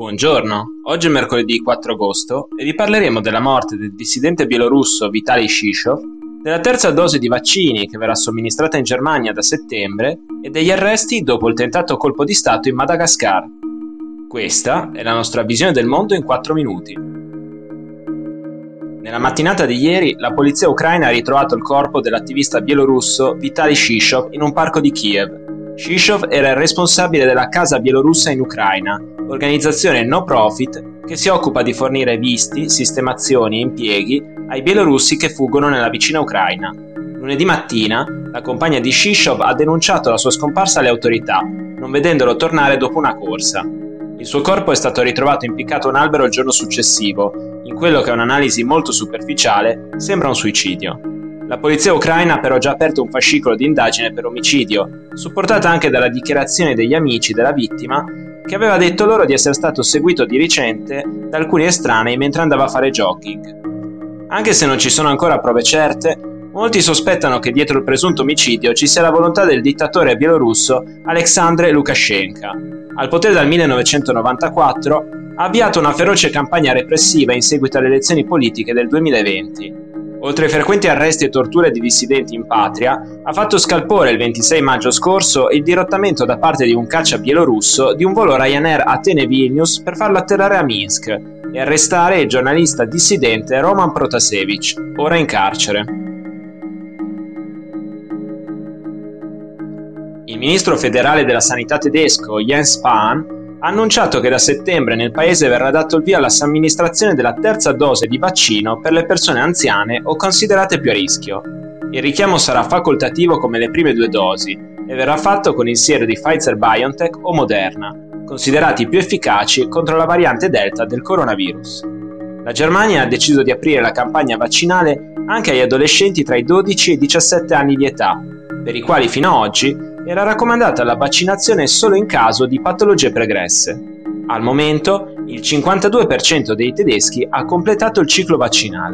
Buongiorno, oggi è mercoledì 4 agosto e vi parleremo della morte del dissidente bielorusso Vitaliy Shishov, della terza dose di vaccini che verrà somministrata in Germania da settembre e degli arresti dopo il tentato colpo di Stato in Madagascar. Questa è la nostra visione del mondo in 4 minuti. Nella mattinata di ieri la polizia ucraina ha ritrovato il corpo dell'attivista bielorusso Vitaliy Shishov in un parco di Kiev. Shishov era il responsabile della Casa Bielorussa in Ucraina, organizzazione no profit che si occupa di fornire visti, sistemazioni e impieghi ai bielorussi che fuggono nella vicina Ucraina. Lunedì mattina la compagna di Shishov ha denunciato la sua scomparsa alle autorità, non vedendolo tornare dopo una corsa. Il suo corpo è stato ritrovato impiccato a un albero il giorno successivo. In quello che è un'analisi molto superficiale sembra un suicidio. La polizia ucraina ha però già aperto un fascicolo di indagine per omicidio, supportata anche dalla dichiarazione degli amici della vittima, che aveva detto loro di essere stato seguito di recente da alcuni estranei mentre andava a fare jogging. Anche se non ci sono ancora prove certe, molti sospettano che dietro il presunto omicidio ci sia la volontà del dittatore bielorusso Aleksandr Lukashenko. Al potere dal 1994, ha avviato una feroce campagna repressiva in seguito alle elezioni politiche del 2020. Oltre ai frequenti arresti e torture di dissidenti in patria, ha fatto scalpore il 26 maggio scorso il dirottamento da parte di un caccia bielorusso di un volo Ryanair Atene-Vilnius per farlo atterrare a Minsk e arrestare il giornalista dissidente Roman Protasevich, ora in carcere. Il ministro federale della sanità tedesco Jens Spahn ha annunciato che da settembre nel paese verrà dato il via alla somministrazione della terza dose di vaccino per le persone anziane o considerate più a rischio. Il richiamo sarà facoltativo come le prime 2 dosi e verrà fatto con il siero di Pfizer-BioNTech o Moderna, considerati più efficaci contro la variante Delta del coronavirus. La Germania ha deciso di aprire la campagna vaccinale anche agli adolescenti tra i 12 e i 17 anni di età, per i quali fino ad oggi era raccomandata la vaccinazione solo in caso di patologie pregresse. Al momento, il 52% dei tedeschi ha completato il ciclo vaccinale.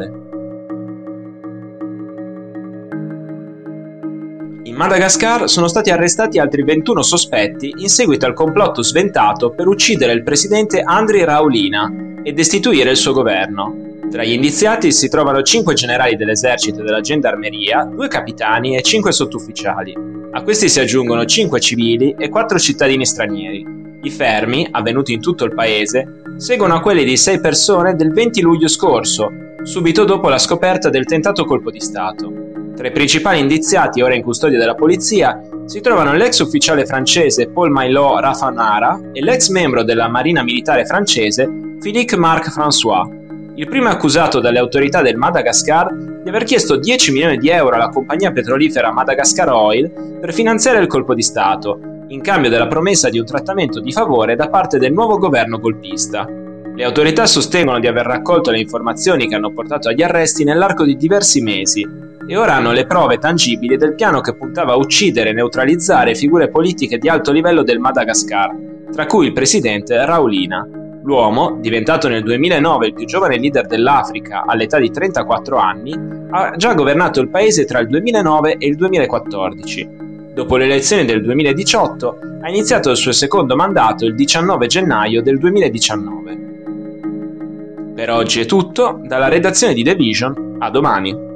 In Madagascar sono stati arrestati altri 21 sospetti in seguito al complotto sventato per uccidere il presidente Andry Rajoelina e destituire il suo governo. Tra gli indiziati si trovano 5 generali dell'esercito e della gendarmeria, 2 capitani e 5 sottufficiali. A questi si aggiungono 5 civili e 4 cittadini stranieri. I fermi, avvenuti in tutto il paese, seguono a quelli di 6 persone del 20 luglio scorso, subito dopo la scoperta del tentato colpo di Stato. Tra i principali indiziati ora in custodia della polizia si trovano l'ex ufficiale francese Paul-Maillot Raffanara e l'ex membro della Marina Militare francese Philippe Marc François. Il primo accusato dalle autorità del Madagascar di aver chiesto 10 milioni di euro alla compagnia petrolifera Madagascar Oil per finanziare il colpo di Stato, in cambio della promessa di un trattamento di favore da parte del nuovo governo golpista. Le autorità sostengono di aver raccolto le informazioni che hanno portato agli arresti nell'arco di diversi mesi e ora hanno le prove tangibili del piano che puntava a uccidere e neutralizzare figure politiche di alto livello del Madagascar, tra cui il presidente Rajoelina. L'uomo, diventato nel 2009 il più giovane leader dell'Africa all'età di 34 anni, ha già governato il paese tra il 2009 e il 2014. Dopo le elezioni del 2018 ha iniziato il suo secondo mandato il 19 gennaio del 2019. Per oggi è tutto, dalla redazione di The Vision, a domani.